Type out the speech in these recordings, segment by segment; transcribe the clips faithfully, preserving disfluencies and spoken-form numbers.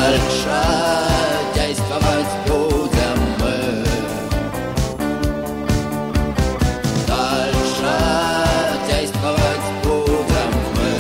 Дальше действовать будем мы. Дальше действовать будем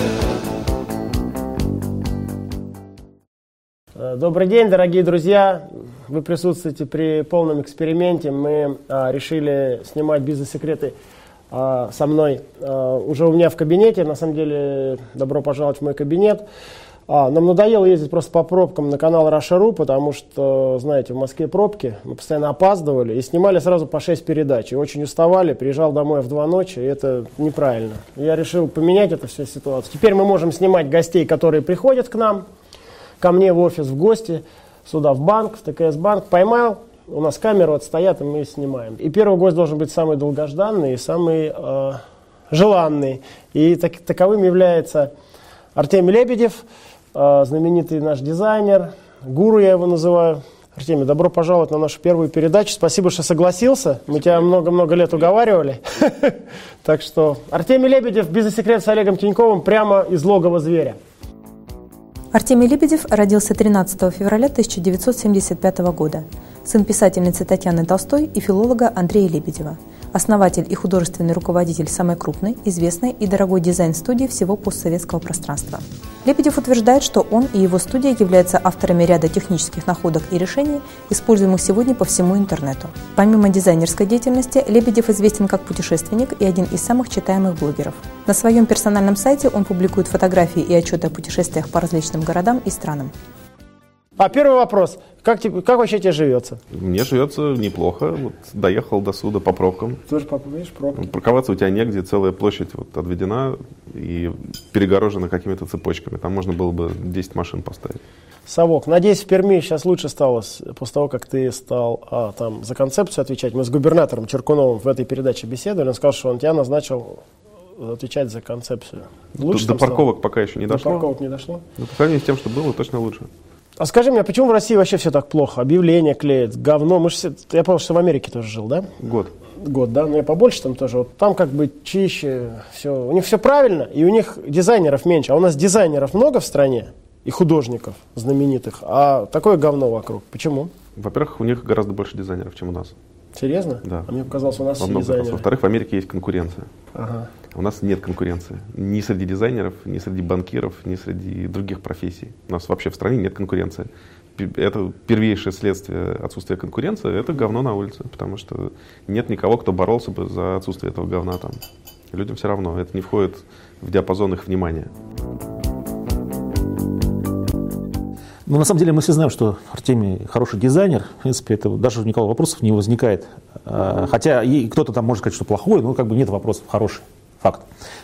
мы. Добрый день, дорогие друзья! Вы присутствуете при полном эксперименте. Мы а, решили снимать бизнес-секреты а, со мной а, уже у меня в кабинете. На самом деле, добро пожаловать в мой кабинет. А, нам надоело ездить просто по пробкам на канал Раша.ру, потому что, знаете, в Москве пробки, мы постоянно опаздывали и снимали сразу по шесть передач. И очень уставали, приезжал домой в два ночи, и это неправильно. Я решил поменять эту всю ситуацию. Теперь мы можем снимать гостей, которые приходят к нам, ко мне в офис, в гости, сюда в банк, в ТКС-банк. Поймал, у нас камеры вот стоят, и мы снимаем. И первый гость должен быть самый долгожданный и самый э, желанный. И так, таковым является Артемий Лебедев, э, знаменитый наш дизайнер, гуру я его называю. Артемий, добро пожаловать на нашу первую передачу. Спасибо, что согласился. Мы тебя много-много лет уговаривали. Так что Артемий Лебедев, бизнес-секрет с Олегом Тиньковым прямо из логова зверя. Артемий Лебедев родился тринадцатого февраля тысяча девятьсот семьдесят пятого года. Сын писательницы Татьяны Толстой и филолога Андрея Лебедева. Основатель и художественный руководитель самой крупной, известной и дорогой дизайн-студии всего постсоветского пространства. Лебедев утверждает, что он и его студия являются авторами ряда технических находок и решений, используемых сегодня по всему интернету. Помимо дизайнерской деятельности, Лебедев известен как путешественник и один из самых читаемых блогеров. На своем персональном сайте он публикует фотографии и отчеты о путешествиях по различным городам и странам. А первый вопрос. Как, тебе, как вообще тебе живется? Мне живется неплохо. Вот доехал до суда по пробкам. Тоже видишь, пробки. Парковаться у тебя негде. Целая площадь вот отведена и перегорожена какими-то цепочками. Там можно было бы десять машин поставить. Совок, надеюсь, в Перми сейчас лучше стало после того, как ты стал а, там, за концепцию отвечать. Мы с губернатором Черкуновым в этой передаче беседовали. Он сказал, что он тебя назначил отвечать за концепцию. Лучше до, до парковок стало? Пока еще не до дошло. До парковок не дошло? Но по сравнению с тем, что было, точно лучше. А скажи мне, а почему в России вообще все так плохо? Объявления клеят, говно. Мы же все... Я понял, что в Америке тоже жил, да? Год. Год, да? Но я побольше там тоже. Вот там как бы чище, все. У них все правильно, и у них дизайнеров меньше. А у нас дизайнеров много в стране, и художников знаменитых, а такое говно вокруг. Почему? Во-первых, у них гораздо больше дизайнеров, чем у нас. Серьезно? Да. А мне показалось, у нас все дизайнеры. Во-вторых, в Америке есть конкуренция. Ага. У нас нет конкуренции. Ни среди дизайнеров, ни среди банкиров, ни среди других профессий. У нас вообще в стране нет конкуренции. Это первейшее следствие отсутствия конкуренции, это говно на улице. Потому что нет никого, кто боролся бы за отсутствие этого говна там. Людям все равно. Это не входит в диапазон их внимания. Ну, на самом деле мы все знаем, что Артемий хороший дизайнер. В принципе, это даже никакого вопросов не возникает. Хотя и кто-то там может сказать, что плохой, но как бы нет вопросов, хороший. Факт.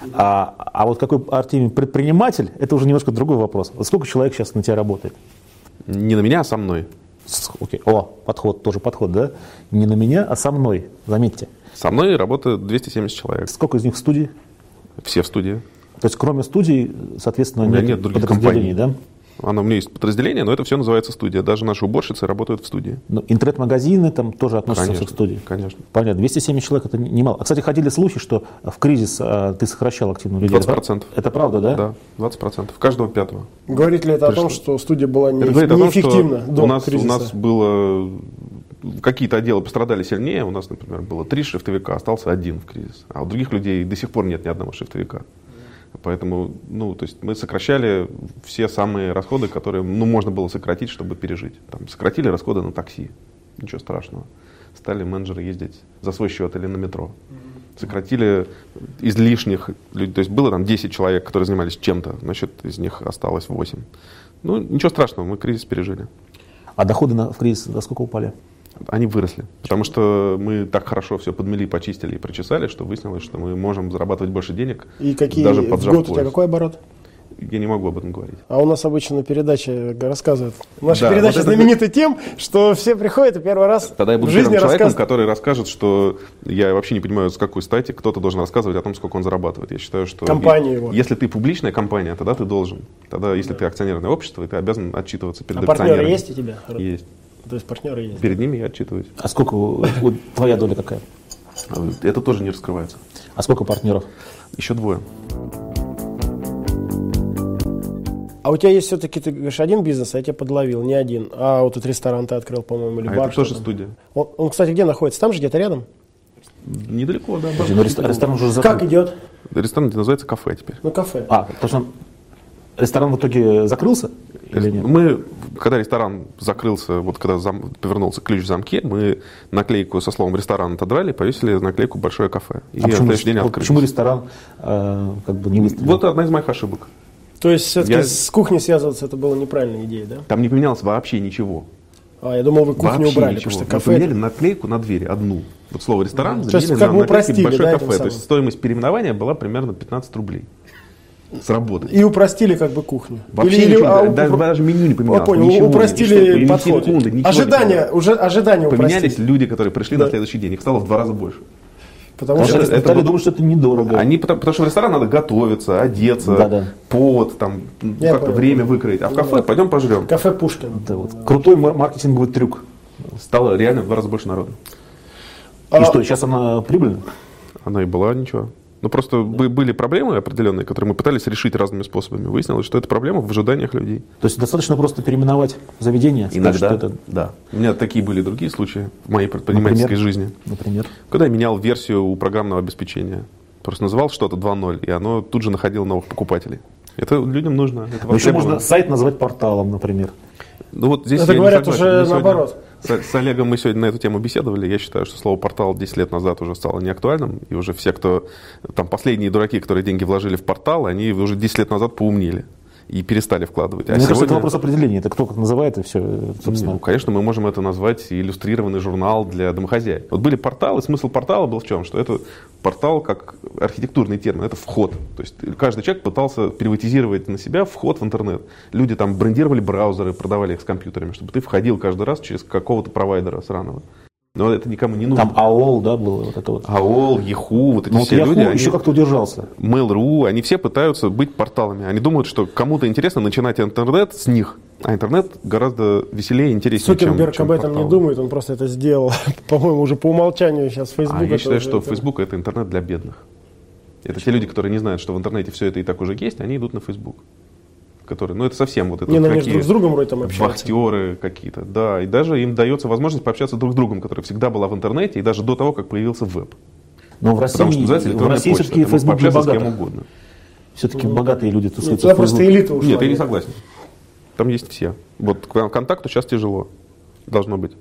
А, а вот какой Артемий предприниматель, это уже немножко другой вопрос. Вот сколько человек сейчас на тебя работает? Не на меня, а со мной. Окей. О, подход, тоже подход, да? Не на меня, а со мной, заметьте. Со мной работает двести семьдесят человек. Сколько из них в студии? Все в студии. То есть кроме студии, соответственно, нет, нет других подразделений, компаний. Да? Оно, у меня есть подразделение, но это все называется студия. Даже наши уборщицы работают в студии. Но интернет-магазины там тоже относятся конечно, к студии. Конечно. Понятно. двести семьдесят человек это немало. А, кстати, ходили слухи, что в кризис а, ты сокращал активно людей. двадцать процентов. Это правда, да? Да, двадцать процентов. Каждого пятого. Говорит ли это Точно. о том, что студия была не, это говорит неэффективна о том, что до у нас, кризиса? У нас было... Какие-то отделы пострадали сильнее. У нас, например, было три шрифтовика, остался один в кризис. А у других людей до сих пор нет ни одного шрифтовика. Поэтому, ну, то есть мы сокращали все самые расходы, которые, ну, можно было сократить, чтобы пережить. Там, сократили расходы на такси, ничего страшного. Стали менеджеры ездить за свой счет или на метро. Сократили излишних людей, то есть было там десять человек, которые занимались чем-то, значит, из них осталось восемь. Ну, ничего страшного, мы кризис пережили. А доходы на, в кризис до сколько упали? Они выросли, потому что мы так хорошо все подмели, почистили и прочесали, что выяснилось, что мы можем зарабатывать больше денег, и какие, даже поджав в год пояс. У тебя какой оборот? Я не могу об этом говорить. А у нас обычно на передаче рассказывают. Наша да, передача вот знаменита тем, что все приходят и первый раз Тогда я буду в жизни первым человеком, рассказывают. который расскажет, что я вообще не понимаю, с какой стати кто-то должен рассказывать о том, сколько он зарабатывает. Я считаю, что компания его. Если ты публичная компания, тогда ты должен. Тогда, если да. ты акционерное общество, ты обязан отчитываться перед а акционерами. партнеры есть у тебя? Есть. То есть партнеры есть? Перед ними я отчитываюсь. А сколько, вот, твоя доля какая? Это тоже не раскрывается. А сколько партнеров? Еще двое. А у тебя есть все-таки, ты говоришь, один бизнес, а я тебя подловил, не один. А вот тут ресторан ты открыл, по-моему, или А бар. это тоже там. студия. Он, он, кстати, где находится? Там же где-то рядом? Недалеко, да. Подожди, ну, ресторан, ресторан уже закрыт. Как идет? Ресторан называется кафе теперь. Ну, кафе. А, потому что ресторан в итоге закрылся или нет? Мы, когда ресторан закрылся, вот когда зам, повернулся ключ в замке, мы наклейку со словом «ресторан» отодрали, повесили наклейку «большое кафе». И А почему, на следующий день вот открылись. почему ресторан э, как бы не выстрелил? Вот одна из моих ошибок. То есть все-таки Я- с кухней связываться это была неправильная идея, да? Там не поменялось вообще ничего. А, я думал, вы кухню Вообще убрали, ничего. потому что Мы кафе... поменяли наклейку на двери одну. Вот слово «ресторан» То есть заменили как на бы наклейке упростили, «большое да, этим кафе». То есть самым? стоимость переименования была примерно пятнадцать рублей. Сработали. И упростили как бы кухню. Вообще Или- или- ничего, а, даже, упро- даже меню не поменялось. Я понял, ничего, упростили ничего, ни подход. секунды, ничего не Ожидания, поменялось. уже ожидания Поменялись упростили. люди, которые пришли Да. на следующий день. Их стало в два раза больше. Потому Потому что что это- стали это- думать, что это недорого. Они, потому, потому что в ресторан надо готовиться, одеться, Да-да. повод, там, ну, Я как-то понял. время выкроить. А в кафе пойдем пожрем. кафе Пушкин. Это вот крутой мар- маркетинговый трюк. Стало реально в два раза больше народу. И А- что, сейчас она прибыльна? Она и была ничего. Ну, просто бы- были проблемы определенные, которые мы пытались решить разными способами. Выяснилось, что это проблема в ожиданиях людей. То есть достаточно просто переименовать заведение? сказать, что это, да. У меня такие были другие случаи в моей предпринимательской Например? жизни. например, Когда я менял версию у программного обеспечения. Просто называл что-то два ноль, и оно тут же находило новых покупателей. Это людям нужно. Это но еще востребовано. можно сайт назвать порталом, например. Ну, вот здесь Это я не говорят согласен. уже Мы сегодня наоборот. С, с Олегом мы сегодня на эту тему беседовали. Я считаю, что слово «портал» десять лет назад уже стало неактуальным. И уже все, кто... Там последние дураки, которые деньги вложили в портал, они уже десять лет назад поумнели. И перестали вкладывать. А Мне кажется, сегодня... это вопрос определения. Это кто как называет, и все, собственно. Ну, конечно, мы можем это назвать иллюстрированный журнал для домохозяек. Вот были порталы, смысл портала был в чем? Что это портал как архитектурный термин, это вход. То есть каждый человек пытался приватизировать на себя вход в интернет. Люди там брендировали браузеры, продавали их с компьютерами, чтобы ты входил каждый раз через какого-то провайдера сраного. Но это никому не нужно. Там АОЛ, да, было вот это вот. АОЛ, Яху, вот эти Но вот все Yahoo люди, они... еще как-то удержался. Mail.ru, они все пытаются быть порталами. Они думают, что кому-то интересно начинать интернет с них. А интернет гораздо веселее и интереснее, чем, Цукерберг чем об этом порталы. не думает, он просто это сделал. По-моему, уже по умолчанию сейчас Facebook. А я это считаю, уже что это- Facebook это интернет для бедных. Это те люди, которые не знают, что в интернете все это и так уже есть, они идут на Facebook. Которые, ну это совсем вот это Не, вот ну они же какие друг с другом вроде там общаются. вахтеры какие-то. Да, и даже им дается возможность пообщаться друг с другом, которая всегда была в интернете, и даже до того, как появился веб. Но в России, Потому что называется в электронная России почта. все-таки Ты можешь Facebook для пообщаться с кем богатых. угодно. Все-таки богатые люди Нет, тусуются туда в просто Facebook. элита ушла. Нет, я не согласен. Там есть все. Вот к контакту сейчас тяжело. Должно быть.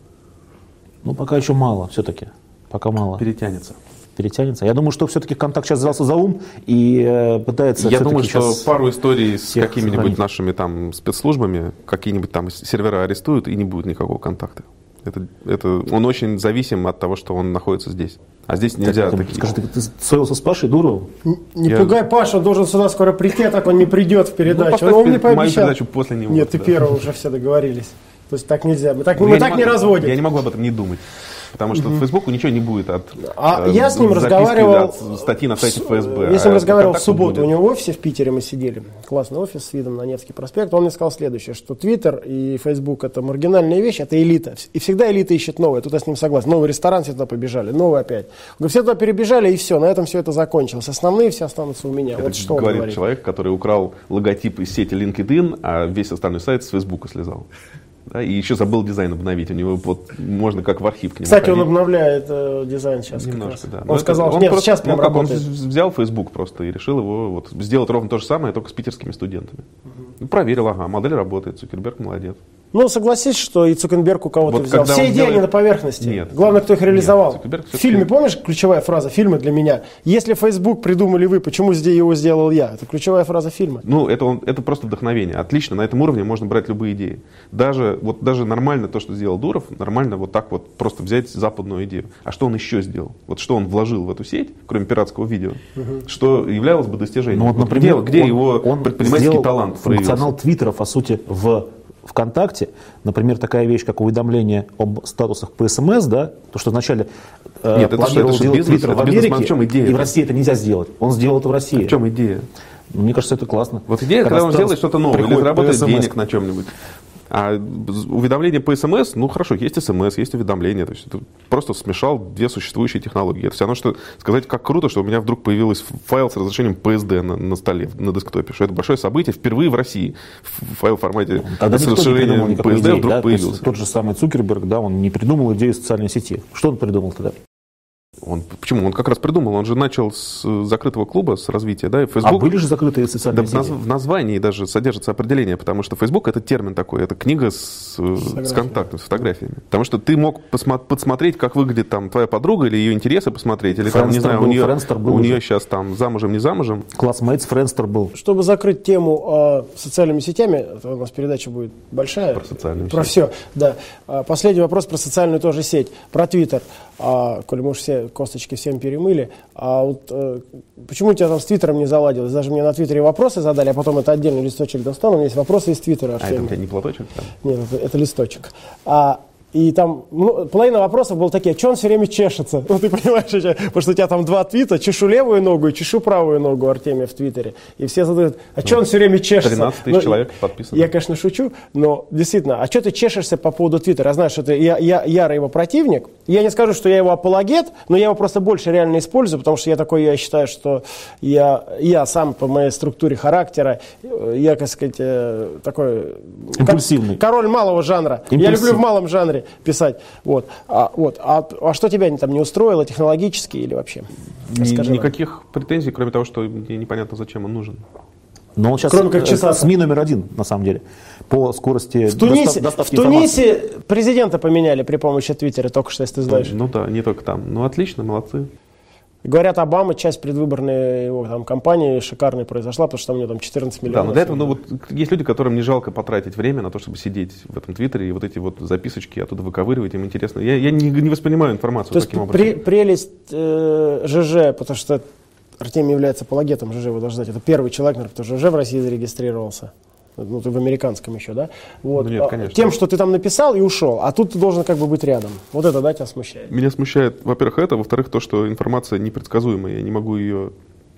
Ну, пока еще мало все-таки. Пока мало. Перетянется. Перетянется. Я думаю, что все-таки контакт сейчас взялся за ум и э, пытается Я все-таки думаю, что сейчас... пару историй с всех какими-нибудь сохранить. нашими там спецслужбами, какие-нибудь там сервера арестуют, и не будет никакого контакта. Это, это, он очень зависим от того, что он находится здесь. А здесь нельзя Ты, такие... скажи, ты, ты ссорился с Пашей Дуровым? Не Я- пугай Пашу, он должен сюда скоро прийти, а так он не придет в передачу. поставь он мне перед- мою пообещал. передачу после него, Нет, ты да. первый уже все договорились. То есть так нельзя. Мы так, Ну, мы я так не могу- разводим. Я не могу об этом не думать. Потому что в Фейсбуку ничего не будет от А э, я с ним записки, разговаривал, от статьи на сайте ФСБ. Я с ним а разговаривал в контактов субботу. будет. У него в офисе в Питере мы сидели. Классный офис с видом на Невский проспект. Он мне сказал следующее, что Твиттер и Фейсбук это маргинальная вещь, это элита. И всегда элита ищет новое. Тут я с ним согласен. Новый ресторан, все туда побежали, новый опять. Он говорит, все туда перебежали, и все, на этом все это закончилось. Основные все останутся у меня. Это вот что он говорит говорит. человек, который украл логотип из сети LinkedIn, а весь остальной сайт с Фейсбука слезал. Да, и еще забыл дизайн обновить. У него вот можно как в архив к нему Кстати, он ходить. обновляет э, дизайн сейчас. как Немножко, раз. да. Он Но это- сказал, что нет, просто- сейчас прям ну, как, он работает. взял Facebook просто и решил его вот, сделать ровно то же самое, только с питерскими студентами. Ну, проверил, ага, модель работает, Цукерберг молодец. Ну, согласись, что и Цукерберг у кого-то Вот взял. когда Все он идеи, делает- они на поверхности. Нет. Главное, кто их Нет, реализовал. Цукерберг В всё-таки- фильме, помнишь, ключевая фраза фильма для меня? Если Facebook придумали вы, почему здесь его сделал я? Это ключевая фраза фильма. Ну, это, он, это просто вдохновение. Отлично, на этом уровне можно брать любые идеи. Даже, вот, даже нормально то, что сделал Дуров, нормально вот так вот просто взять западную идею. А что он еще сделал? Вот что он вложил в эту сеть, кроме пиратского видео, что являлось бы достижением? Ну, вот, Вот например, где, где он- его он предпринимательский сделал талант функционал проявился? Твиттера, по сути, в ВКонтакте. Например, такая вещь, как уведомление об статусах по СМС, да, то, что вначале э, Нет, это что, планировал это что, делать бизнес? Твиттер в Это бизнес, Америке, в чем идея и в это? России это нельзя сделать. Он сделал это в России. В чем идея? Ну, мне кажется, это классно. Вот идея, когда, он статус делает что-то новое или приходит по заработает СМС. денег на чем-нибудь. А уведомления по СМС, ну хорошо, есть СМС, есть уведомления. То есть ты просто смешал две существующие технологии. Это все равно, что сказать, как круто, что у меня вдруг появился файл с разрешением пи эс ди на, на столе, на десктопе. Что это большое событие впервые в России. Файл в формате Тогда с расширением пи эс ди идеи, вдруг да? появился. Тот же самый Цукерберг, да, он не придумал идею социальной сети. Что он придумал тогда? Он, почему? Он как раз придумал. Он же начал с закрытого клуба, с развития. Да, и Facebook, а были же закрытые социальные да, сети? В названии даже содержится определение, потому что Facebook — это термин такой, это книга с, с контактом, с фотографиями. Потому что ты мог посмо- подсмотреть, как выглядит там твоя подруга, или ее интересы посмотреть, или там, не знаю, был, у нее, был у нее сейчас там замужем, не замужем. Classmates, Friendster был. Чтобы закрыть тему э, социальными сетями, это у нас передача будет большая. Про социальную Про сеть. все, да. А, последний вопрос про социальную тоже сеть, про Twitter. А, коли мы уж все косточки всем перемыли, а вот э, почему у тебя там с Твиттером не заладилось? Даже мне на Твиттере вопросы задали, а потом это отдельный листочек достану, у меня есть вопросы из Твиттера. А это у тебя не платочек? Там? Нет, это, это листочек. А, и там ну, половина вопросов была такие, а что он все время чешется? Ну, ты понимаешь, потому что у тебя там два твита, чешу левую ногу и чешу правую ногу Артемия в Твиттере. И все задают, а что он все время чешется? тринадцать тысяч ну, человек подписано. Я, конечно, шучу, но действительно, а что ты чешешься по поводу Твиттера? Я знаю, что ты я, я, ярый его противник. Я не скажу, что я его апологет, но я его просто больше реально использую, потому что я такой, я считаю, что я, я сам по моей структуре характера, я, так сказать, такой... Импульсивный. Король малого жанра. Я люблю в малом жанре писать. Вот. А, вот. А, а что тебя там не устроило, технологически или вообще? Ни, никаких претензий, кроме того, что мне непонятно, зачем он нужен. Но он сейчас Кроме как чесаться. СМИ номер один, на самом деле, по скорости в Тунисе, доставки в Тунисе информации. президента поменяли при помощи Твиттера, только что, если ты знаешь. Ну, ну да, не только там. Ну отлично, молодцы. Говорят, Обама, часть предвыборной его там кампании шикарной произошла, потому что там у него там четырнадцать миллионов. Да, но для этого, ну вот, есть люди, которым не жалко потратить время на то, чтобы сидеть в этом Твиттере и вот эти вот записочки оттуда выковыривать, им интересно. Я, я не, не воспринимаю информацию то таким есть образом. Пре- прелесть э, ЖЖ, потому что Артемий является апологетом ЖЖ, вы должны знать, это первый человек, наверное, кто ЖЖ в России зарегистрировался. Ну, ты в американском еще, да? Вот. Ну, нет, конечно. Тем, что ты там написал и ушел, а тут ты должен как бы быть рядом. Вот это, да, тебя смущает? Меня смущает, во-первых, это, во-вторых, то, что информация непредсказуемая. Я не могу ее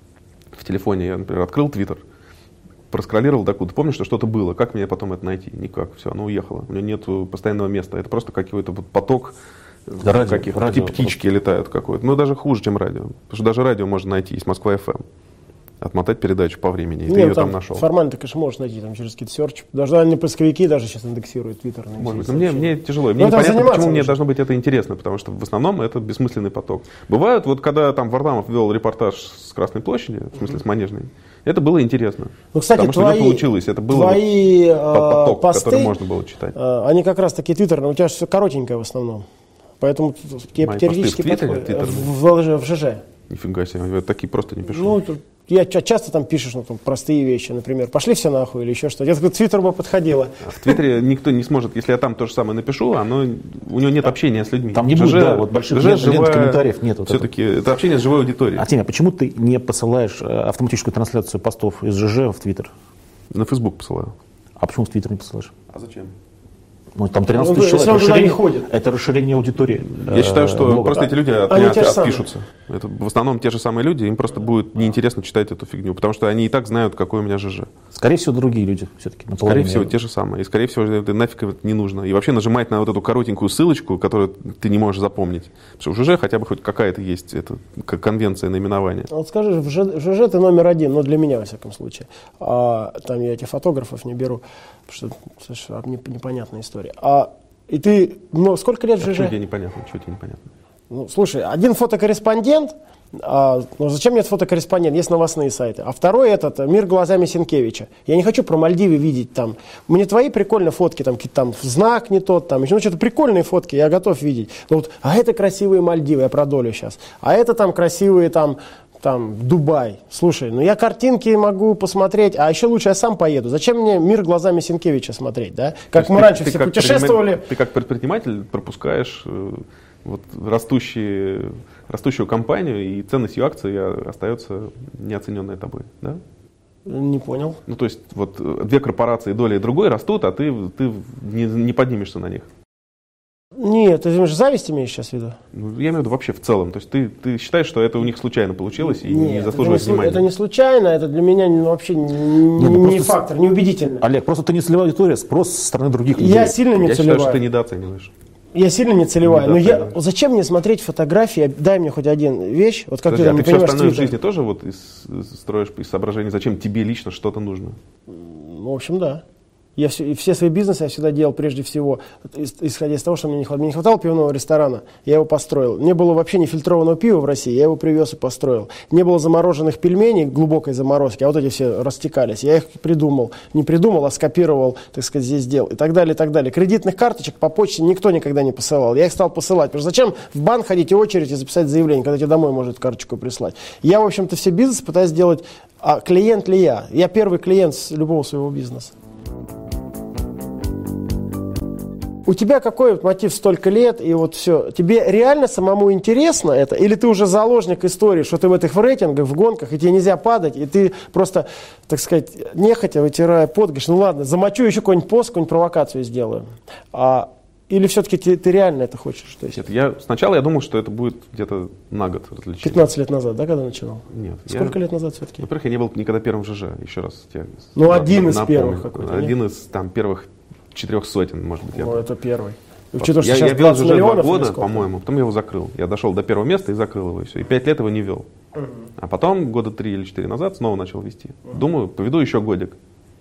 в телефоне. Я, например, открыл Твиттер, проскроллировал докуда. Помнишь, что что-то было? Как мне потом это найти? Никак. Все, оно уехало. У меня нет постоянного места. Это просто какой-то вот поток радио, каких-то радио птички просто летают какой-то. Ну, даже хуже, чем радио. Потому что даже радио можно найти. Есть Москва эф эм. Отмотать передачу по времени, и Нет, ты ее там, там нашел. Формально ты, конечно, можешь найти там через какие-то серчи. Даже они поисковики даже сейчас индексируют Твиттер. Может быть, но мне, мне тяжело. Мне Но там непонятно, почему нужно. мне должно быть это интересно, потому что в основном это бессмысленный поток. Бывают, вот когда там Варламов вел репортаж с Красной площади, в смысле с Манежной, это было интересно. Ну, кстати, потому что твои, это получилось, это было твои, вот поток, посты, который можно было читать. Они как раз такие твиттерные, у тебя же все коротенькое в основном. Поэтому тебе Мои теоретически посты в Твиттере, подходит. Твиттерные? В, в, в ЖЖ. Нифига себе, я такие просто не пишу. Ну, тут я ча- часто там пишешь, ну, там, простые вещи, например, пошли все нахуй или еще что-то. Я такой, Твиттер бы подходило. А в Твиттере никто не сможет, если я там то же самое напишу, оно, у него нет общения с людьми. Там не будет, да, вот больших лент, лент комментариев нет. Вот все-таки это общение с живой аудиторией. Артемий, а почему ты не посылаешь автоматическую трансляцию постов из ЖЖ в Твиттер? На Фейсбук посылаю. А почему в Твиттер не посылаешь? А зачем? Ну, там тринадцать Ну, тысяч если человек. он туда не Расширение- ходит. Это расширение аудитории. Я считаю, что блога. просто эти люди от Они меня те же от- самые. отпишутся. Это в основном те же самые люди, им просто будет неинтересно читать эту фигню, потому что они и так знают, какой у меня ЖЖ. Скорее всего, другие люди все-таки. Скорее всего, те же самые. И, скорее всего, это нафиг это не нужно. И вообще нажимать на вот эту коротенькую ссылочку, которую ты не можешь запомнить. Потому что в ЖЖ хотя бы хоть какая-то есть это, как конвенция наименования. А вот скажи, в Ж- ЖЖ ты номер один, ну, для меня, во всяком случае. А, там я этих фотографов не беру, потому что, слушай, неп- непонятная история. А, и ты, ну, сколько лет в Что ЖЖ? тебе непонятно? Что тебе непонятно? Ну, слушай, один фотокорреспондент, а, ну зачем мне фотокорреспондент, есть новостные сайты. А второй этот, «Мир глазами Сенкевича». Я не хочу про Мальдивы видеть там. Мне твои прикольные фотки, там какие-то там знак не тот, там еще ну, что-то прикольные фотки, я готов видеть. Ну, вот, а это красивые Мальдивы, я про долю сейчас. А это там красивые там, там Дубай. Слушай, ну я картинки могу посмотреть, а еще лучше я сам поеду. Зачем мне «Мир глазами Сенкевича» смотреть, да? Как мы ты, раньше ты все как путешествовали. предприниматель- Ты как предприниматель пропускаешь э, вот, растущие, растущую компанию, и ценность ее акций остается неоцененной тобой, да? Не понял. Ну, то есть, вот две корпорации, доля и другой растут, а ты, ты не, не поднимешься на них. Нет, ты же зависть имеешь сейчас в виду? Ну, я имею в виду вообще в целом. То есть ты, ты считаешь, что это у них случайно получилось и Нет, не заслуживает это не, внимания? это не случайно, это для меня ну, вообще не, Нет, ну не просто- фактор, неубедительно. Олег, просто ты не целевая аудитория, спрос со стороны других людей. Я сильно не Я считаю, целевая. что ты недооцениваешь. Я сильно не целевая. Но я, Недооцениваешь. зачем мне смотреть фотографии? Дай мне хоть один вещь. Вот как Подожди, ты а не ты все понимаешь, остальное в Твиттер. жизни тоже вот из- строишь из соображений, зачем тебе лично что-то нужно? Ну, в общем, да. Я все, и все свои бизнесы я всегда делал прежде всего, ис- исходя из того, что мне не хватало. Мне не хватало пивного ресторана, я его построил. Не было вообще нефильтрованного пива в России, я его привез и построил. Не было замороженных пельменей, глубокой заморозки, а вот эти все растекались. Я их придумал. Не придумал, а скопировал, так сказать, здесь сделал. И так далее, и так далее. Кредитных карточек по почте никто никогда не посылал. Я их стал посылать. Потому что зачем в банк ходить и очередь и записать заявление, когда тебе домой может карточку прислать. Я, в общем-то, все бизнесы пытаюсь сделать, а клиент ли я? Я первый клиент с любого своего бизнеса. У тебя какой вот мотив столько лет, и вот все. Тебе реально самому интересно это? Или ты уже заложник истории, что ты в этих в рейтингах, в гонках, и тебе нельзя падать, и ты просто, так сказать, нехотя вытирая пот, говоришь, ну ладно, замочу еще какой-нибудь пост, какую-нибудь провокацию сделаю. А, или все-таки ты, ты реально это хочешь? То есть Нет, я, сначала я думал, что это будет где-то на год развлечение. пятнадцать лет назад, да, когда начинал? Нет. Сколько я, лет назад все-таки? Во-первых, я не был никогда первым ЖЖ, еще раз тебе Ну, на- один на- из напомню. первых какой-то, Один из там первых четырех сотен, может быть. Я Ну, был. это первый. Учитывая, что я, сейчас я вел двадцать ЖЖ два миллионов или года, сколько? по-моему, потом я его закрыл. Я дошел до первого места и закрыл его, и все. И пять лет его не вел. А потом, года три или четыре назад, снова начал вести. Думаю, поведу еще годик.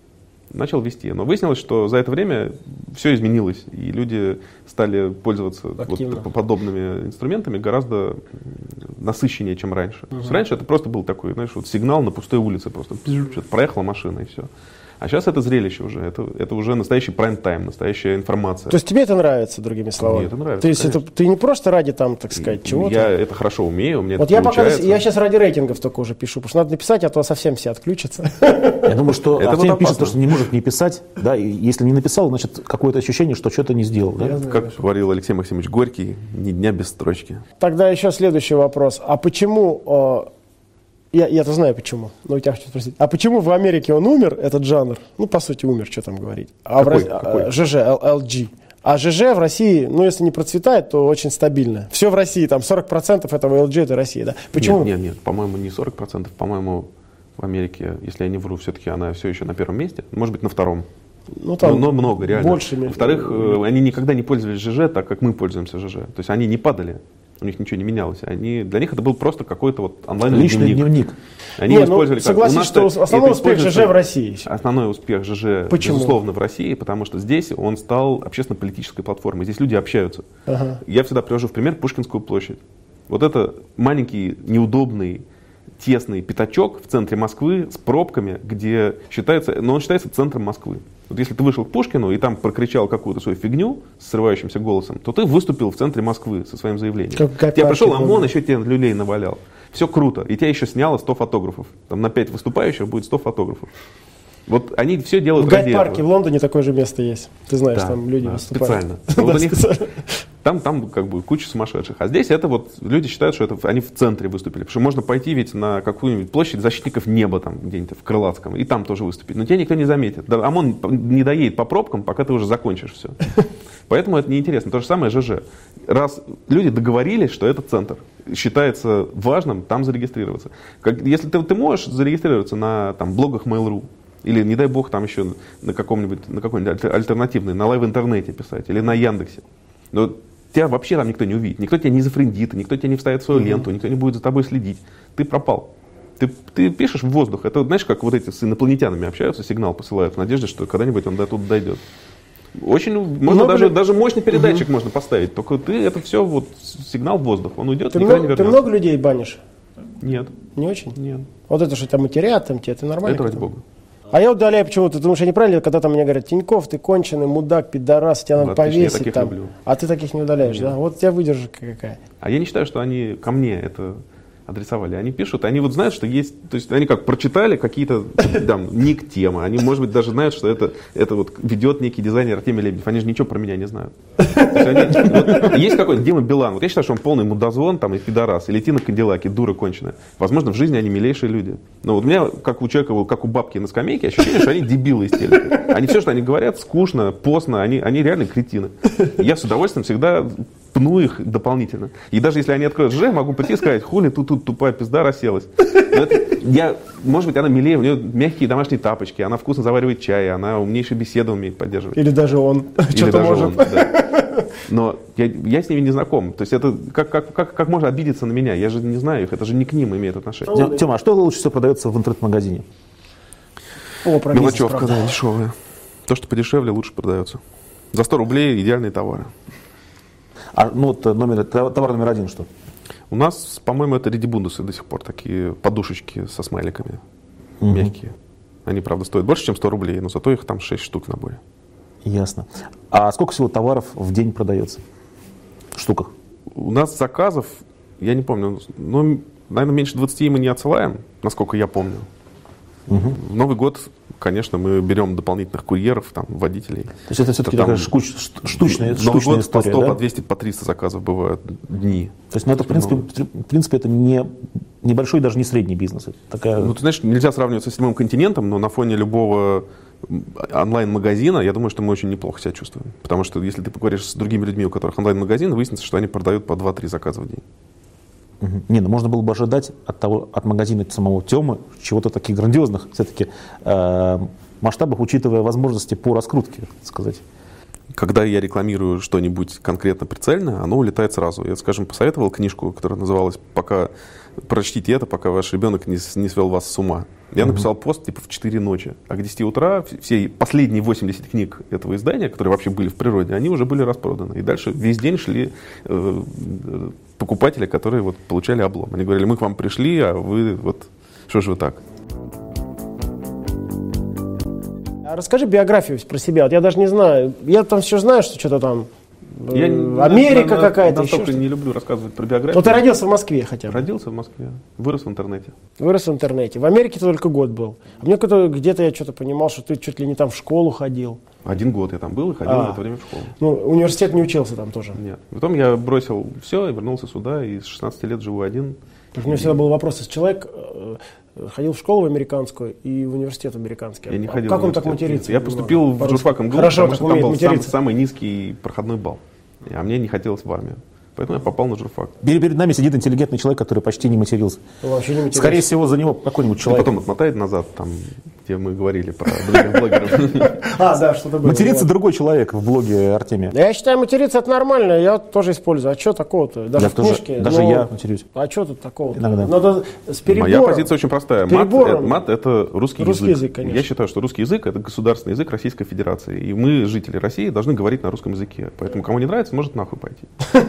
Начал вести. Но выяснилось, что за это время все изменилось. И люди стали пользоваться Активно. вот подобными инструментами гораздо насыщеннее, чем раньше. То есть раньше это просто был такой, знаешь, вот сигнал на пустой улице. Просто что-то проехала машина и все. А сейчас это зрелище уже. Это, это уже настоящий прайм-тайм, настоящая информация. То есть тебе это нравится, другими словами? Мне это нравится, То есть это, конечно. ты не просто ради там, так сказать, чего-то? Я это хорошо умею, у меня Вот это я пока, получается. я сейчас ради рейтингов только уже пишу, потому что надо написать, а то совсем все отключатся. Я думаю, что Это Артем вот пишет, опасно. то, что не может не писать. Да, и если не написал, значит, какое-то ощущение, что что-то не сделал. Да? Как говорил Алексей Максимович Горький, ни дня без строчки. Тогда еще следующий вопрос. А почему, э, я, я-то знаю почему, но у тебя хочу спросить, а почему в Америке он умер, этот жанр? Ну, по сути, умер, что там говорить. А Какой? в Рос- Какой? а, ЖЖ, Л- эл джи. А ЖЖ в России, ну, если не процветает, то очень стабильно. Все в России, там сорок процентов этого эл джи это Россия, да? Почему? Нет, нет, нет, по-моему, не сорок процентов. По-моему, в Америке, если я не вру, все-таки она все еще на первом месте. Может быть, на втором. Ну, там но, но много, реально. больше. Во-вторых, э, они никогда не пользовались ЖЖ так, как мы пользуемся ЖЖ. То есть они не падали, у них ничего не менялось. Они, для них это был просто какой-то вот онлайновый Личный дневник. дневник. Они Не, его ну, использовали как- согласись, у нас что это- основной это успех используется- ЖЖ в России. Основной успех ЖЖ, Почему? безусловно, в России, потому что здесь он стал общественно-политической платформой. Здесь люди общаются. Ага. Я всегда привожу в пример Пушкинскую площадь. Вот это маленький, неудобный, тесный пятачок в центре Москвы с пробками, где считается, но он считается центром Москвы. Вот если ты вышел к Пушкину и там прокричал какую-то свою фигню с срывающимся голосом, то ты выступил в центре Москвы со своим заявлением. Как в Тебе пришел гайд-парке ОМОН, было. еще тебе люлей навалял. Все круто. И тебя еще сняло сто фотографов. Там на пять выступающих будет сто фотографов. Вот они все делают В ради гайд-парке этого. в Лондоне такое же место есть. Ты знаешь, Да, там люди да, выступают. специально. Да, Вот они- специально. Там, там как бы куча сумасшедших. А здесь это вот люди считают, что это они в центре выступили. Потому что можно пойти ведь на какую-нибудь площадь защитников неба там где-нибудь в Крылатском и там тоже выступить. Но тебя никто не заметит. Да, ОМОН не доедет по пробкам, пока ты уже закончишь все. Поэтому это неинтересно. То же самое ЖЖ. Раз люди договорились, что это центр, считается важным там зарегистрироваться. Как, если ты, ты можешь зарегистрироваться на там, блогах Mail.ru, или, не дай бог, там еще на каком-нибудь, на какой-нибудь альтернативной, на лайв-интернете писать, или на Яндексе. Но тебя вообще там никто не увидит, никто тебя не зафрендит, никто тебя не вставит в свою ленту, никто не будет за тобой следить. Ты пропал. Ты, ты пишешь в воздух. Это, знаешь, как вот эти с инопланетянами общаются, сигнал посылают в надежде, что когда-нибудь он до туда дойдет. Очень, можно Много даже, ли- даже мощный передатчик можно поставить, только ты, это все вот сигнал в воздух, он уйдет, Ты, никогда много, не ты вернется. много людей банишь? Нет, Не очень? нет, Вот это, что там матерят, там тебе, это нормально? это ради как-то? бога. А я удаляю почему-то, ты думаешь, я неправильно, когда там мне говорят, Тиньков, ты конченый, мудак, пидорас, тебя надо Ну, отлично, я повесить таких там. люблю. А ты таких не удаляешь, Нет. да? Вот у тебя выдержка какая. А я не считаю, что они ко мне это адресовали. Они пишут, они вот знают, что есть, то есть они как прочитали какие-то там ник темы, они, может быть, даже знают, что это, это вот ведет некий дизайнер Артемий Лебедев. Они же ничего про меня не знают. Есть, они, вот, есть какой-то Дима Билан. Вот я считаю, что он полный мудозвон там, и пидорас, и Тина Кадиллаки, дура конченая. Возможно, в жизни они милейшие люди. Но вот у меня, как у человека, как у бабки на скамейке, ощущение, что они дебилы из телека. Они все, что они говорят, скучно, постно, они, они реально кретины. Я с удовольствием всегда пну их дополнительно. И даже если они откроют Ж, могу прийти и сказать, хули тут, тут тупая пизда расселась. Это, я, может быть, она милее, у нее мягкие домашние тапочки, она вкусно заваривает чай, она умнейшую беседу умеет поддерживать. Или даже он что-то может. Он, да. Но я, я с ними не знаком. То есть это как, как, как, как можно обидеться на меня? Я же не знаю их, это же не к ним имеет отношение. Тема, а что лучше всего продается в интернет-магазине? О, про мелочевка, да, дешевая. То, что подешевле, лучше продается. За сто рублей идеальные товары. А ну вот номер, товар номер один что? У нас, по-моему, это редибундусы до сих пор, такие подушечки со смайликами, угу. Мягкие. Они, правда, стоят больше, чем сто рублей, но зато их там шесть штук в наборе. Ясно. А сколько всего товаров в день продается? В штуках? У нас заказов, я не помню, ну, наверное, меньше двадцати мы не отсылаем, насколько я помню. Угу. В Новый год, конечно, мы берем дополнительных курьеров, там, водителей. То есть это все-таки такая шкуч, штучная, штучная история, по сто, да? по двести, по триста заказов бывают дни. То есть, ну, это, в принципе, в принципе, это не небольшой, даже не средний бизнес. Это такая... Ну, ты знаешь, нельзя сравнивать со седьмым континентом, но на фоне любого онлайн-магазина, я думаю, что мы очень неплохо себя чувствуем. Потому что если ты поговоришь с другими людьми, у которых онлайн-магазин, выяснится, что они продают по два-три заказа в день. Угу. Не, ну можно было бы ожидать от, того, от магазина самого Темы чего-то таких грандиозных все-таки э, масштабов, учитывая возможности по раскрутке, так сказать. Когда я рекламирую что-нибудь конкретно прицельно, оно улетает сразу. Я, скажем, посоветовал книжку, которая называлась «Пока прочтите это, пока ваш ребенок не, не свел вас с ума». Я угу. написал пост типа в четыре ночи, а к десяти утра все последние восемьдесят книг этого издания, которые вообще были в природе, они уже были распроданы. И дальше весь день шли э, покупатели, которые вот получали облом. Они говорили, мы к вам пришли, а вы вот, что же вы так? А расскажи биографию про себя. Вот я даже не знаю. Я там все знаю, что что-то там я Америка на, какая-то. Я настолько не люблю рассказывать про биографию. Вот ты родился в Москве хотя бы. Родился в Москве, вырос в интернете. Вырос в интернете. В Америке ты только год был. А мне где-то я что-то понимал, что ты чуть ли не там в школу ходил. Один год я там был и ходил а, в это время в школу. Ну, университет не учился там тоже? Нет. Потом я бросил все и вернулся сюда, и с шестнадцати лет живу один. У меня всегда был вопрос, если человек э, ходил в школу в американскую и в университет американский. Я не а ходил как он так матерится? Я поступил в журфак МГУ, Хорошо, потому что там был самый, самый низкий проходной балл. А мне не хотелось в армию. Поэтому я попал на журфак. Перед нами сидит интеллигентный человек, который почти не матерился. Вообще не матерился. Скорее всего, за него какой-нибудь человек. И потом отмотает назад, там, где мы говорили про других блогеров. А, да, что-то было. Матерится другой человек в блоге Артемия. Я считаю, материться это нормально, я тоже использую. А что такого-то? Даже в книжке. Даже я матерюсь. А что тут такого-то? Иногда. Надо с перебором. Моя позиция очень простая. Мат это русский язык. Я считаю, что русский язык это государственный язык Российской Федерации. И мы, жители России, должны говорить на русском языке. Поэтому кому не нравится, может нахуй пойти.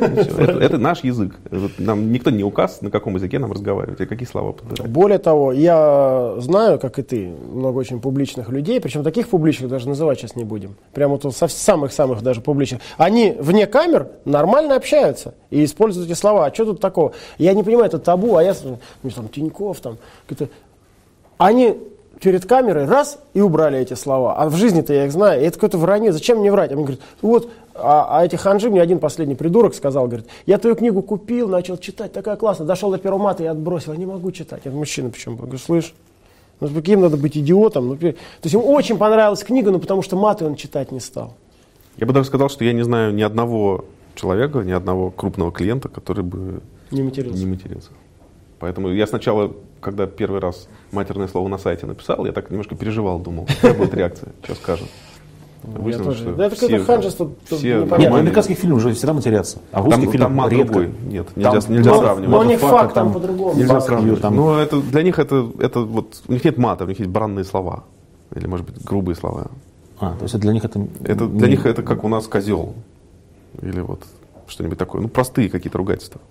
Это наш язык. Нам никто не указ, на каком языке нам разговаривать, и какие слова подбирать. Более того, я знаю, как и ты, много очень публичных людей, причем таких публичных даже называть сейчас не будем. Прямо вот самых-самых даже публичных. Они вне камер нормально общаются и используют эти слова. А что тут такого? Я не понимаю, это табу, а я, ну, там, Тиньков, там, какие-то... Они перед камерой раз и убрали эти слова. А в жизни-то я их знаю. И это какое-то вранье. Зачем мне врать? Они говорят, вот, а, а эти ханжи, мне один последний придурок сказал, говорит, я твою книгу купил, начал читать, такая классная, дошел до первого мата и отбросил, я не могу читать. Это мужчина причем. Я говорю, слышь, ну каким надо быть идиотом? Ну, то есть ему очень понравилась книга, но потому что маты он читать не стал. Я бы даже сказал, что я не знаю ни одного человека, ни одного крупного клиента, который бы не матерился. Не матерился. Поэтому я сначала, когда первый раз матерное слово на сайте написал, я так немножко переживал, думал, какая будет реакция, что скажет. Выяснилось, что да, это какое-то ханжество. Все нет, в американских фильмах уже всегда матерятся. А в русских там, фильмах там мат редко. другой. Нет, нельзя, там, нельзя но, сравнивать. Но у них факт там, там по-другому. Нельзя сравнивать. Там. Но это, для них это, это вот, у них нет мата, у них есть бранные слова. Или, может быть, грубые слова. А, то есть для них это... это для них это как у нас козел. Или вот что-нибудь такое. Ну, простые какие-то ругательства.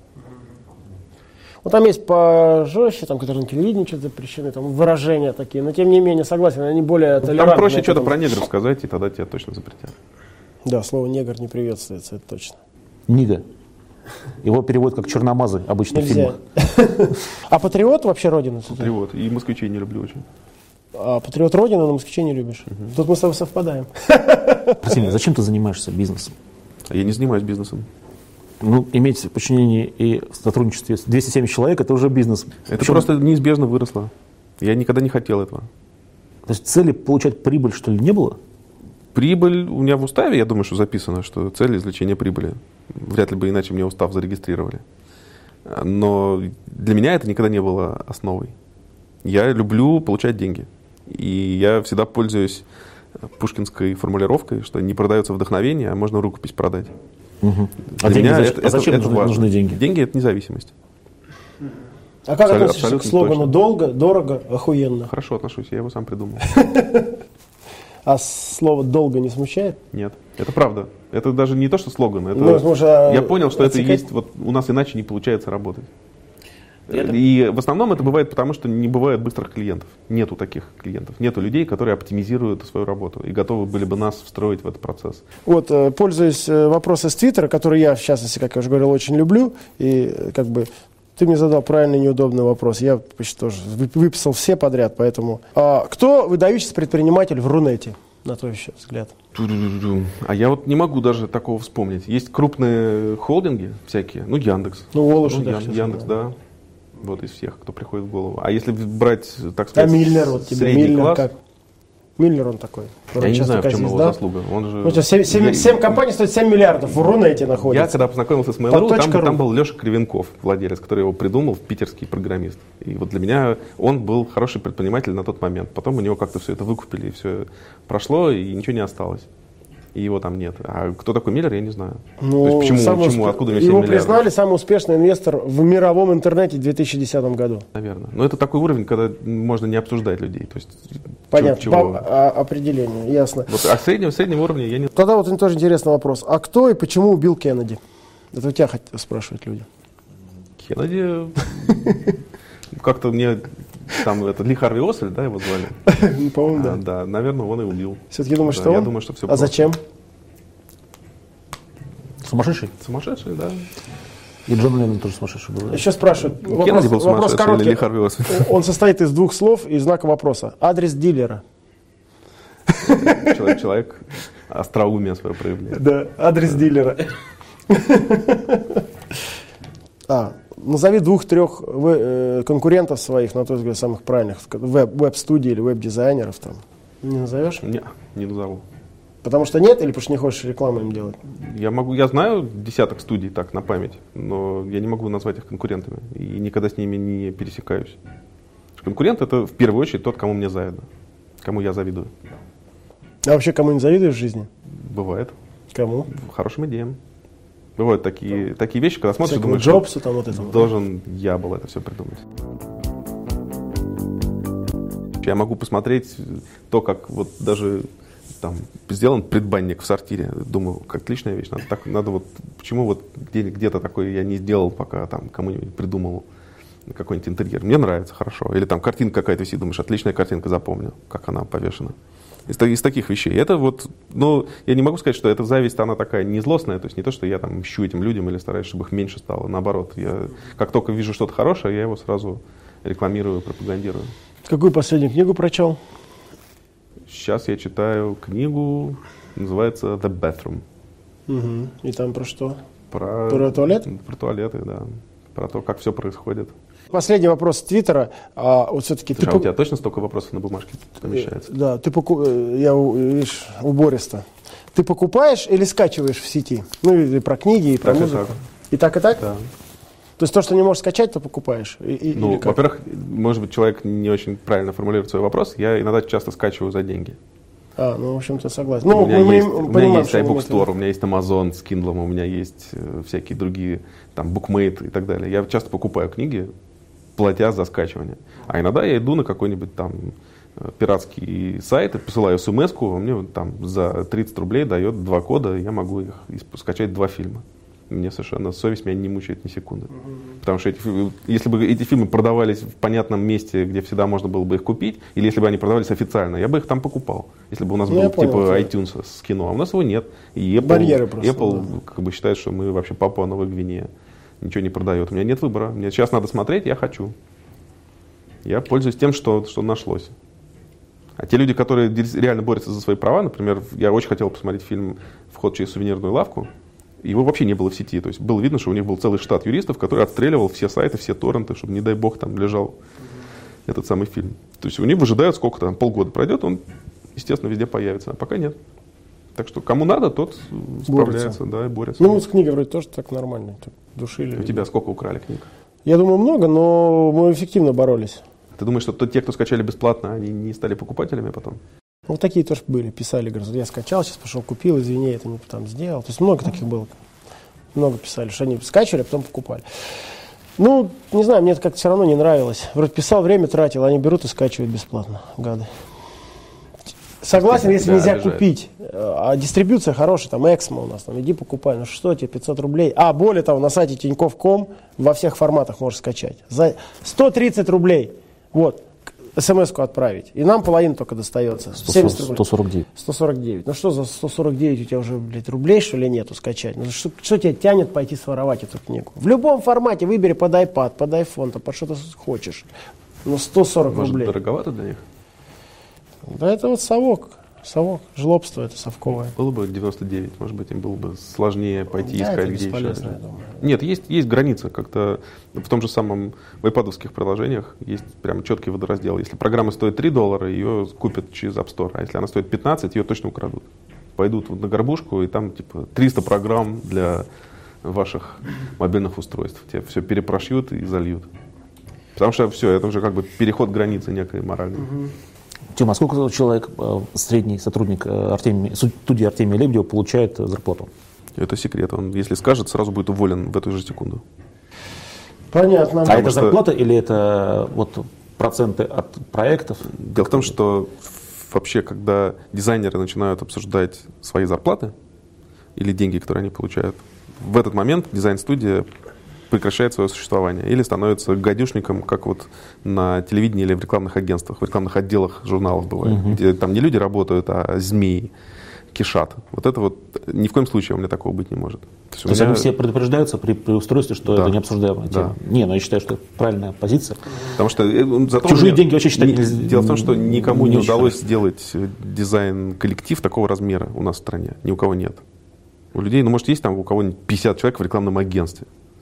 Ну, там есть пожестче, там, которые на телевидении что-то запрещены, там выражения такие, но тем не менее, согласен, они более толерантны. Там проще что-то про негров сказать, и тогда тебя точно запретят. Да, слово негр не приветствуется, это точно. Нига. Его переводят как черномазы обычно в Нельзя. фильмах. А патриот вообще родина? Патриот. И москвичей не люблю очень. А патриот родины, но москвичей не любишь. Тут мы с тобой совпадаем. Спроси меня, зачем ты занимаешься бизнесом? А я не занимаюсь бизнесом. Ну, иметь в подчинении и в сотрудничестве с двумястами семьдесят человек – это уже бизнес. Это Причем, просто неизбежно выросло. Я никогда не хотел этого. То есть цели получать прибыль, что ли, не было? Прибыль у меня в уставе, я думаю, что записано, что цель извлечения прибыли. Вряд ли бы иначе мне устав зарегистрировали. Но для меня это никогда не было основой. Я люблю получать деньги. И я всегда пользуюсь пушкинской формулировкой, что не продается вдохновение, а можно рукопись продать. Угу. А, Для деньги, меня зачем, это, а зачем это, это нужны, важно. нужны деньги? Деньги – это независимость. А как Абсолютно- относишься к абсолютно слогану точно. «долго, дорого, охуенно»? Хорошо отношусь, я его сам придумал. А слово «долго» не смущает? Нет, это правда. Это даже не то, что слоган. Это... Ну, может, а, я понял, что это отсекать? есть, вот у нас иначе не получается работать. И в основном это бывает потому, что не бывает быстрых клиентов. Нету таких клиентов. Нету людей, которые оптимизируют свою работу и готовы были бы нас встроить в этот процесс. Вот, э, пользуясь э, вопросом с Твиттера, который я, в частности, как я уже говорил, очень люблю, и э, как бы ты мне задал правильный неудобный вопрос. Я почти тоже вы- выписал все подряд, поэтому... А, кто выдающийся предприниматель в Рунете, на твой еще взгляд? Ту-ду-ду-ду. А я вот не могу даже такого вспомнить. Есть крупные холдинги всякие, ну Яндекс. Ну, Волошин, Ну, да, Ян- сейчас Яндекс, знаю. да. Вот из всех, кто приходит в голову. А если брать, так А сказать, Миллер, вот тебе средний Миллер класс, как? Миллер он такой. я не Сейчас знаю, в такая чем его звезда. заслуга. Он же... Ну, семь, семь- Я- семь компаний стоит семь миллиардов, в Рунете Я находится. когда познакомился с Под Mail.ru, там, точка ру. там был Леша Кривенков, владелец, который его придумал, питерский программист. И вот для меня он был хороший предприниматель на тот момент. Потом у него как-то все это выкупили, и все прошло, и ничего не осталось. И его там нет. А кто такой Миллер, я не знаю. Ну, То есть почему, самый почему усп- откуда у него семь Его миллиардов? признали самый успешный инвестор в мировом интернете в две тысячи десятом году. Наверное. Но это такой уровень, когда можно не обсуждать людей. То есть, Понятно, чего- по а, определению, ясно. Вот, а среднего, среднего уровня я не... Тогда вот тоже интересный вопрос. А кто и почему убил Кеннеди? Это у тебя хот- спрашивают люди. Кеннеди... Как-то мне... Там это Ли Харви Освальд, да, его звали? Ну, по-моему, А, да. да, наверное, он и убил. Все-таки думаешь, Да, что я он? думаю, что всё А просто. зачем? Сумасшедший? Сумасшедший, да. И Джон Леннон тоже сумасшедший был. да? Еще спрашивают. Вопрос, Кеннеди был вопрос сумасшедший или короткий. Ли Харви Освальд? Он состоит из двух слов и знака вопроса. Адрес дилера. Человек, человек остроумие свое проявляет. Да, адрес дилера. А, назови двух-трех э, конкурентов своих, на твой взгляд, самых правильных, веб- веб-студий или веб-дизайнеров там. Не назовешь? Не, не назову. Потому что нет или потому что не хочешь рекламу им делать? Я могу, я знаю десяток студий так на память, но я не могу назвать их конкурентами и никогда с ними не пересекаюсь. Конкурент — это в первую очередь тот, кому мне завидно, кому я завидую. А вообще кому-нибудь завидуешь в жизни? Бывает. Кому? Хорошим идеям. Бывают такие, такие вещи, когда смотришь и Всякому думаешь, Джобсу там вот это что вот. должен я был это все придумать. Я могу посмотреть то, как вот даже там сделан предбанник в сортире. Думаю, как отличная вещь. Надо, так, надо вот, почему вот где, где-то такое я не сделал, пока там кому-нибудь придумал какой-нибудь интерьер. Мне нравится, хорошо. Или там картинка какая-то висит, думаешь, отличная картинка, запомню, как она повешена. Из, из таких вещей. Это вот, ну, я не могу сказать, что эта зависть, она такая не злостная, то есть не то, что я там мщу этим людям или стараюсь, чтобы их меньше стало. Наоборот, я как только вижу что-то хорошее, я его сразу рекламирую, пропагандирую. Какую последнюю книгу прочел? Сейчас я читаю книгу, называется «The Bathroom». Угу. И там про что? Про, Про туалет? Про туалеты, да. Про то, как все происходит. Последний вопрос с Твиттера. А, вот все-таки Слушай, ты а у пок- тебя точно столько вопросов на бумажке помещается? Да, ты поку... э, я, у- видишь, убористо. Ты покупаешь или скачиваешь в сети? Ну, или про книги, и про Так и музыку. так. И так, и так? Да. То есть то, что не можешь скачать, то покупаешь? И- и- или Ну, как? во-первых, может быть, человек не очень правильно формулирует свой вопрос. Я иногда часто скачиваю за деньги. А, ну, в общем-то, согласен. Ну, у меня мы- мы есть, им- у меня понимаем, есть что вы iBook имеете в виду. Store, у меня есть Amazon с Kindle, у меня есть э, всякие другие, там, BookMate и так далее. Я часто покупаю книги, платя за скачивание. А иногда я иду на какой-нибудь там э, пиратский сайт и посылаю смс-ку, а мне вот там за тридцать рублей дает два кода, и я могу их исп- скачать два фильма. Мне совершенно совесть меня не мучает ни секунды. Mm-hmm. Потому что эти, если бы эти фильмы продавались в понятном месте, где всегда можно было бы их купить, или если бы они продавались официально, я бы их там покупал. Если бы у нас ну, был типа понял, iTunes с кино, а у нас его нет. И Apple, барьеры просто. Apple да. как бы считает, что мы вообще Папуа Новая Гвинея. Ничего не продает. У меня нет выбора. Мне сейчас надо смотреть, я хочу. Я пользуюсь тем, что, что нашлось. А те люди, которые реально борются за свои права, например, я очень хотел посмотреть фильм «Вход через сувенирную лавку», его вообще не было в сети. То есть было видно, что у них был целый штат юристов, который отстреливал все сайты, все торренты, чтобы, не дай бог, там лежал этот самый фильм. То есть у них выжидают, сколько там, полгода пройдет, он, естественно, везде появится, а пока нет. Так что кому надо, тот справляется, да, и борется. Ну, с книгой вроде тоже так нормально, душили. У тебя сколько украли книг? Я думаю, много, но мы эффективно боролись. Ты думаешь, что те, кто скачали бесплатно, они не стали покупателями потом? Вот такие тоже были, писали, говорят, я скачал, сейчас пошел, купил, извини, это не там сделал. То есть много таких было. Много писали, что они скачивали, а потом покупали. Ну, не знаю, мне это как-то все равно не нравилось. Вроде писал, время тратил, они берут и скачивают бесплатно, гады. Согласен, если нельзя купить. А дистрибьюция хорошая, там Эксмо у нас, там иди покупай. Ну что тебе, пятьсот рублей. А, более того, на сайте тинькофф точка ком во всех форматах можешь скачать. За сто тридцать рублей. Вот. СМС-ку отправить. И нам половина только достается. сто сорок девять. сто сорок девять. Ну что за сто сорок девять у тебя уже, блядь, рублей, что ли, нету скачать? Ну что, что тебя тянет пойти своровать эту книгу? В любом формате выбери под iPad, под iPhone, под что ты хочешь. Ну сто сорок Может, рублей. Дороговато для них? Да это вот совок. Совок. Жлобство это совковое. Было бы девяносто девять, может быть, им было бы сложнее пойти да, искать, где еще. Нет, есть, есть граница. Как-то в том же самом в айпадовских приложениях есть прям четкий водораздел. Если программа стоит три доллара, ее купят через App Store. А если она стоит пятнадцать, ее точно украдут. Пойдут вот на горбушку, и там типа триста программ для ваших мобильных устройств. Тебе все перепрошьют и зальют. Потому что все, это уже как бы переход границы некой моральной. Угу. Тема, сколько человек, средний сотрудник Артемия, студии Артемия Лебедева получает зарплату? Это секрет. Он, если скажет, сразу будет уволен в эту же секунду. Понятно. А Потому это что... зарплата или это вот проценты от проектов? Дело в том, что вообще, когда дизайнеры начинают обсуждать свои зарплаты или деньги, которые они получают, в этот момент дизайн-студия прекращает свое существование или становится гадюшником, как вот на телевидении или в рекламных агентствах, в рекламных отделах журналов бывает, uh-huh. где там не люди работают, а змеи кишат. Вот это вот ни в коем случае у меня такого быть не может. То есть, То есть меня... они все предупреждаются при, при устройстве, что да. это не обсуждаемая тема? Да. Не, но я считаю, что это правильная позиция. Потому что чужие деньги вообще считать нельзя. Дело в том, что никому не, не удалось сделать дизайн-коллектив такого размера у нас в стране. Ни у кого нет. У людей, ну, может, есть там у кого-нибудь пятьдесят человек в рекламном агентстве.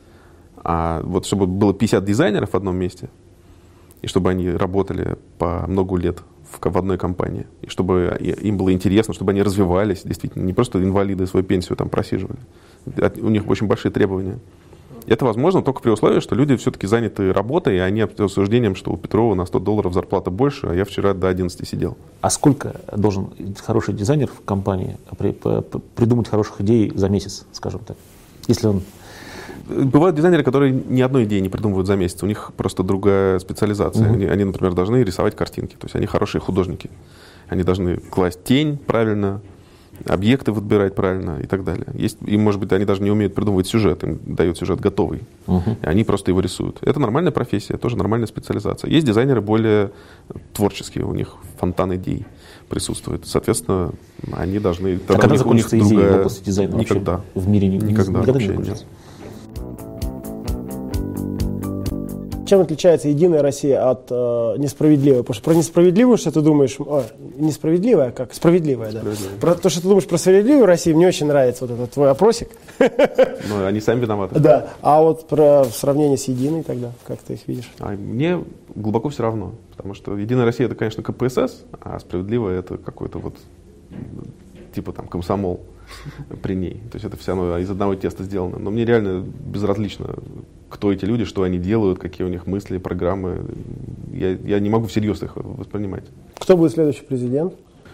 А вот чтобы было пятьдесят дизайнеров в одном месте, и чтобы они работали по много лет в, в одной компании, и чтобы им было интересно, чтобы они развивались, действительно, не просто инвалиды свою пенсию там просиживали. У них очень большие требования. И это возможно только при условии, что люди все-таки заняты работой, и они обсуждением, что у Петрова на сто долларов зарплата больше, а я вчера до одиннадцати сидел. А сколько должен хороший дизайнер в компании придумать хороших идей за месяц, скажем так, если он... Бывают дизайнеры, которые ни одной идеи не придумывают за месяц. У них просто другая специализация. Mm-hmm. Они, они, например, должны рисовать картинки. То есть они хорошие художники. Они должны класть тень правильно, объекты выбирать правильно и так далее. Есть, и, может быть, они даже не умеют придумывать сюжет. Им дают сюжет готовый. Mm-hmm. И они просто его рисуют. Это нормальная профессия, тоже нормальная специализация. Есть дизайнеры более творческие. У них фонтан идей присутствует. Соответственно, они должны... А когда закончится идея другая... в области дизайна никогда. В мире не, никогда, никогда вообще не закончится? Нет. Чем отличается Единая Россия от э, несправедливой? Потому что про несправедливую, что ты думаешь, о, несправедливая, как справедливая, да. Про то, что ты думаешь про справедливую Россию, мне очень нравится вот этот твой опросик. Ну, они сами виноваты. Да. А вот про сравнение с Единой тогда, как ты их видишь? А мне глубоко все равно. Потому что Единая Россия — это, конечно, ка пэ эс эс, а справедливая — это какой-то вот типа там комсомол при ней. То есть это все равно из одного теста сделано. Но мне реально безразлично, кто эти люди, что они делают, какие у них мысли, программы. Я, я не могу всерьез их воспринимать. Кто будет следующий президент?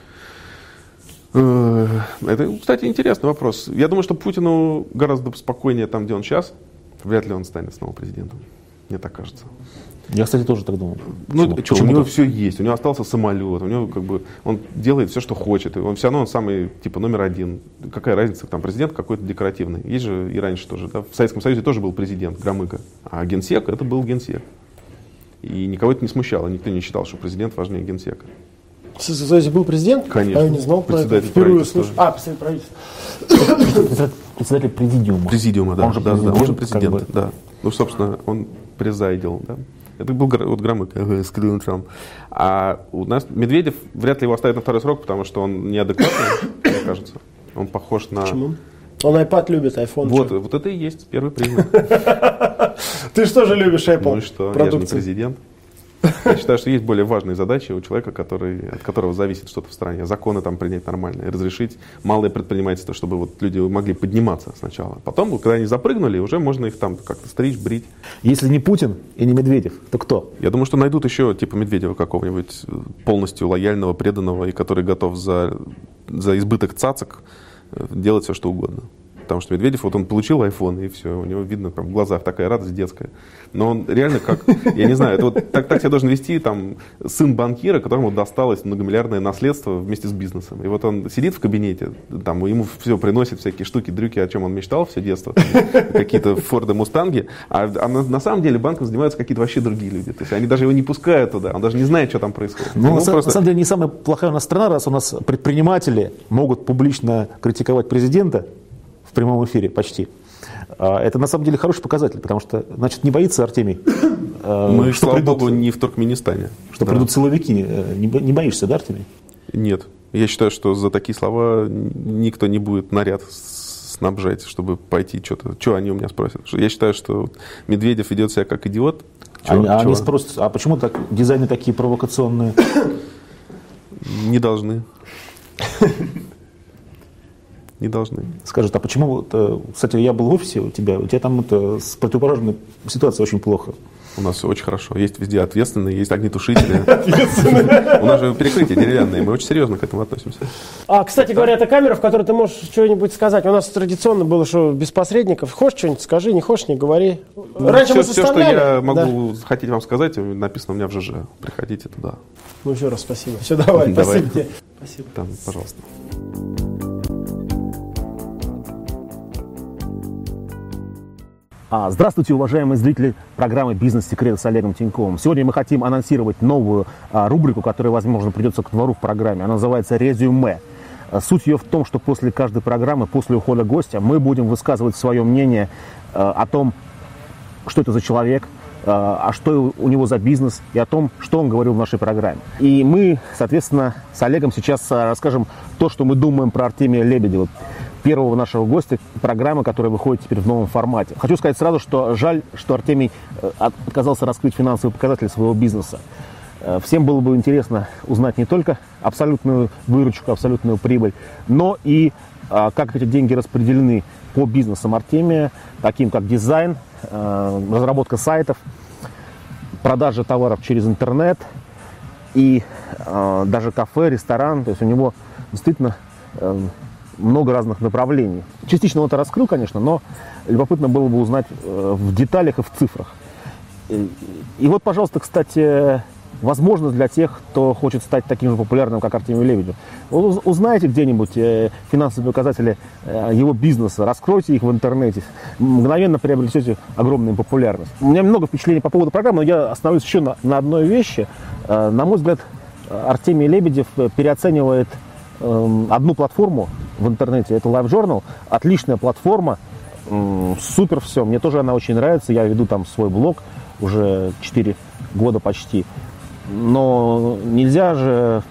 Это, кстати, интересный вопрос. Я думаю, что Путину гораздо спокойнее там, где он сейчас. Вряд ли он станет снова президентом. Мне так кажется. Я, кстати, тоже так думал. Ну, Почему? что, у Почему него так? все есть, у него остался самолет, у него как бы он делает все, что хочет, и он все равно он самый типа номер один. Какая разница, там президент какой-то декоративный. Есть же и раньше тоже, да? В Советском Союзе тоже был президент Громыко, а генсек это был генсек. И никого это не смущало, никто не считал, что президент важнее генсека. В Советском Союзе был президент? Конечно. А я не знал про это. Председатель Впервые правительства. слышу. А, председатель правительства. Председатель президиума. Президиума, да. Он же да, да, президент, он же президент, как бы. да. Ну, собственно, он презайдил, да. Это был Гр- вот Громыко, ага, скрыл там. А у нас Медведев, вряд ли его оставят на второй срок, потому что он неадекватный, мне кажется. Он похож на... Почему? Он iPad любит, iPhone. Вот, что? вот это и есть первый признак. Ты что же любишь Apple? Ну и что, я же не продукцию? президент. Я считаю, что есть более важные задачи у человека, который, от которого зависит что-то в стране. Законы там принять нормальные, разрешить малое предпринимательство, чтобы вот люди могли подниматься сначала. Потом, когда они запрыгнули, уже можно их там как-то стричь, брить. Если не Путин и не Медведев, то кто? Я думаю, что найдут еще типа Медведева какого-нибудь полностью лояльного, преданного и который готов за, за избыток цацок делать все, что угодно. Потому что Медведев, вот он получил iPhone, и все, у него видно прям в глазах такая радость детская. Но он реально как, я не знаю, это вот так, так себя должен вести там сын банкира, которому досталось многомиллиардное наследство вместе с бизнесом. И вот он сидит в кабинете, там ему все приносит всякие штуки, дрюки, о чем он мечтал все детство, там, какие-то Форды, Мустанги, а, а на, на самом деле банком занимаются какие-то вообще другие люди. То есть они даже его не пускают туда, он даже не знает, что там происходит. Ну, Ему на, просто... на самом деле, не самая плохая у нас страна, раз у нас предприниматели могут публично критиковать президента в прямом эфире почти. Это на самом деле хороший показатель, потому что, значит, не боится Артемий. Мы, что слава придут, богу, не в Туркменистане. что Да. придут силовики. Не, бо- не боишься, да, Артемий? Нет. Я считаю, что за такие слова никто не будет наряд с- снабжать, чтобы пойти что-то. Что они у меня спросят? Я считаю, что Медведев ведет себя как идиот. Чё- Они, а чё? они спросят, а почему так дизайны такие провокационные? Не должны. Не должны. Скажут, а почему, вот, э, кстати, я был в офисе у тебя, у тебя там это, с противопожарной ситуацией очень плохо. У нас все очень хорошо. Есть везде ответственные, есть огнетушители. У нас же перекрытия деревянные, мы очень серьезно к этому относимся. А, кстати говоря, это камера, в которой ты можешь что-нибудь сказать. У нас традиционно было, что без посредников. Хочешь что-нибудь, скажи, не хочешь, не говори. Раньше мы все, все, что составляли. я Да. могу хотеть вам сказать, написано у меня в ЖЖ. Приходите туда. Ну, еще раз спасибо. Все, давай, Давай. спасибо тебе. Спасибо. Там, пожалуйста. А, Здравствуйте, уважаемые зрители программы «Бизнес-секреты» с Олегом Тиньковым. Сегодня мы хотим анонсировать новую а, рубрику, которая, возможно, придется к двору в программе. Она называется «Резюме». А, Суть ее в том, что после каждой программы, после ухода гостя, мы будем высказывать свое мнение а, о том, что это за человек, а а что у него за бизнес и о том, что он говорил в нашей программе. И мы, соответственно, с Олегом сейчас а, расскажем то, что мы думаем про Артемия Лебедева, первого нашего гостя программы, которая выходит теперь в новом формате. Хочу сказать сразу, что жаль, что Артемий э, отказался раскрыть финансовые показатели своего бизнеса. Э, Всем было бы интересно узнать не только абсолютную выручку, абсолютную прибыль, но и а, как эти деньги распределены по бизнесам Артемия, таким как дизайн, э, разработка сайтов, продажа товаров через интернет и э, даже кафе, ресторан. То есть у него действительно э, много разных направлений. Частично он это раскрыл, конечно, но любопытно было бы узнать э, в деталях и в цифрах. И, и вот, пожалуйста, кстати, возможность для тех, кто хочет стать таким же популярным, как Артемий Лебедев. Уз- Узнайте где-нибудь э, финансовые показатели э, его бизнеса, раскройте их в интернете, мгновенно приобретете огромную популярность. У меня много впечатлений по поводу программы, но я остановлюсь еще на, на одной вещи. Э, на мой взгляд, Артемий Лебедев переоценивает э, одну платформу в интернете, это LiveJournal, отличная платформа, э, супер все, мне тоже она очень нравится, я веду там свой блог уже четыре года почти. Но нельзя же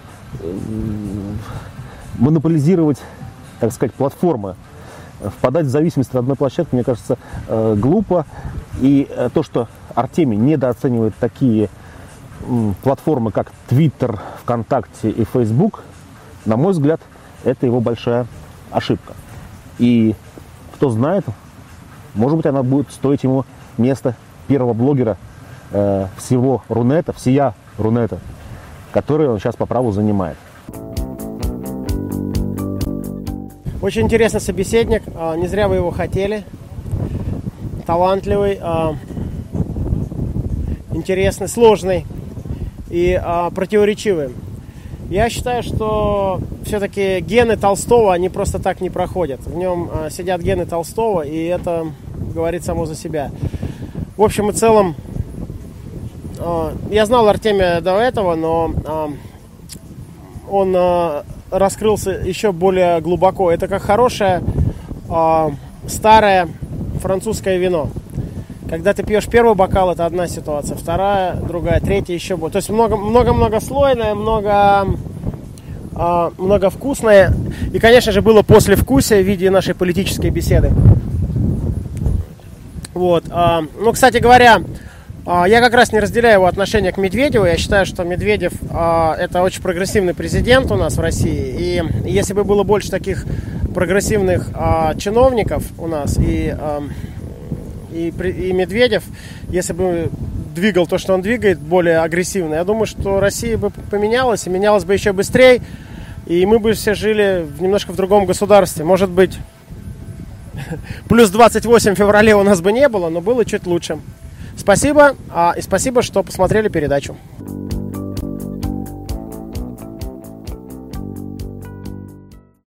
монополизировать, так сказать, платформы. Впадать в зависимость от одной площадки, мне кажется, глупо. И то, что Артемий недооценивает такие платформы, как Twitter, ВКонтакте и Facebook, на мой взгляд, это его большая ошибка. И кто знает, может быть, она будет стоить ему место первого блогера э, всего Рунета, всея Рунета, который он сейчас по праву занимает. Очень интересный собеседник. а, Не зря вы его хотели. Талантливый. а, интересный, сложный и а, противоречивый. Я считаю, что все-таки гены Толстого, они просто так не проходят. В нем а, сидят гены Толстого, и это говорит само за себя. В общем и целом, а, я знал Артемия до этого, но а, он а, раскрылся еще более глубоко. Это как хорошее а, старое французское вино. Когда ты пьешь первый бокал, это одна ситуация, вторая, другая, третья еще будет. То есть много-многослойное, много, много, много вкусное. И, конечно же, было послевкусие в виде нашей политической беседы. Вот. Ну, кстати говоря, я как раз не разделяю его отношение к Медведеву. Я считаю, что Медведев это очень прогрессивный президент у нас в России. И если бы было больше таких прогрессивных чиновников у нас и... И, и Медведев, если бы двигал то, что он двигает, более агрессивно, я думаю, что Россия бы поменялась, и менялась бы еще быстрее, и мы бы все жили в, немножко в другом государстве. Может быть, плюс двадцать восемь в феврале у нас бы не было, но было чуть лучше. Спасибо, а, и спасибо, что посмотрели передачу.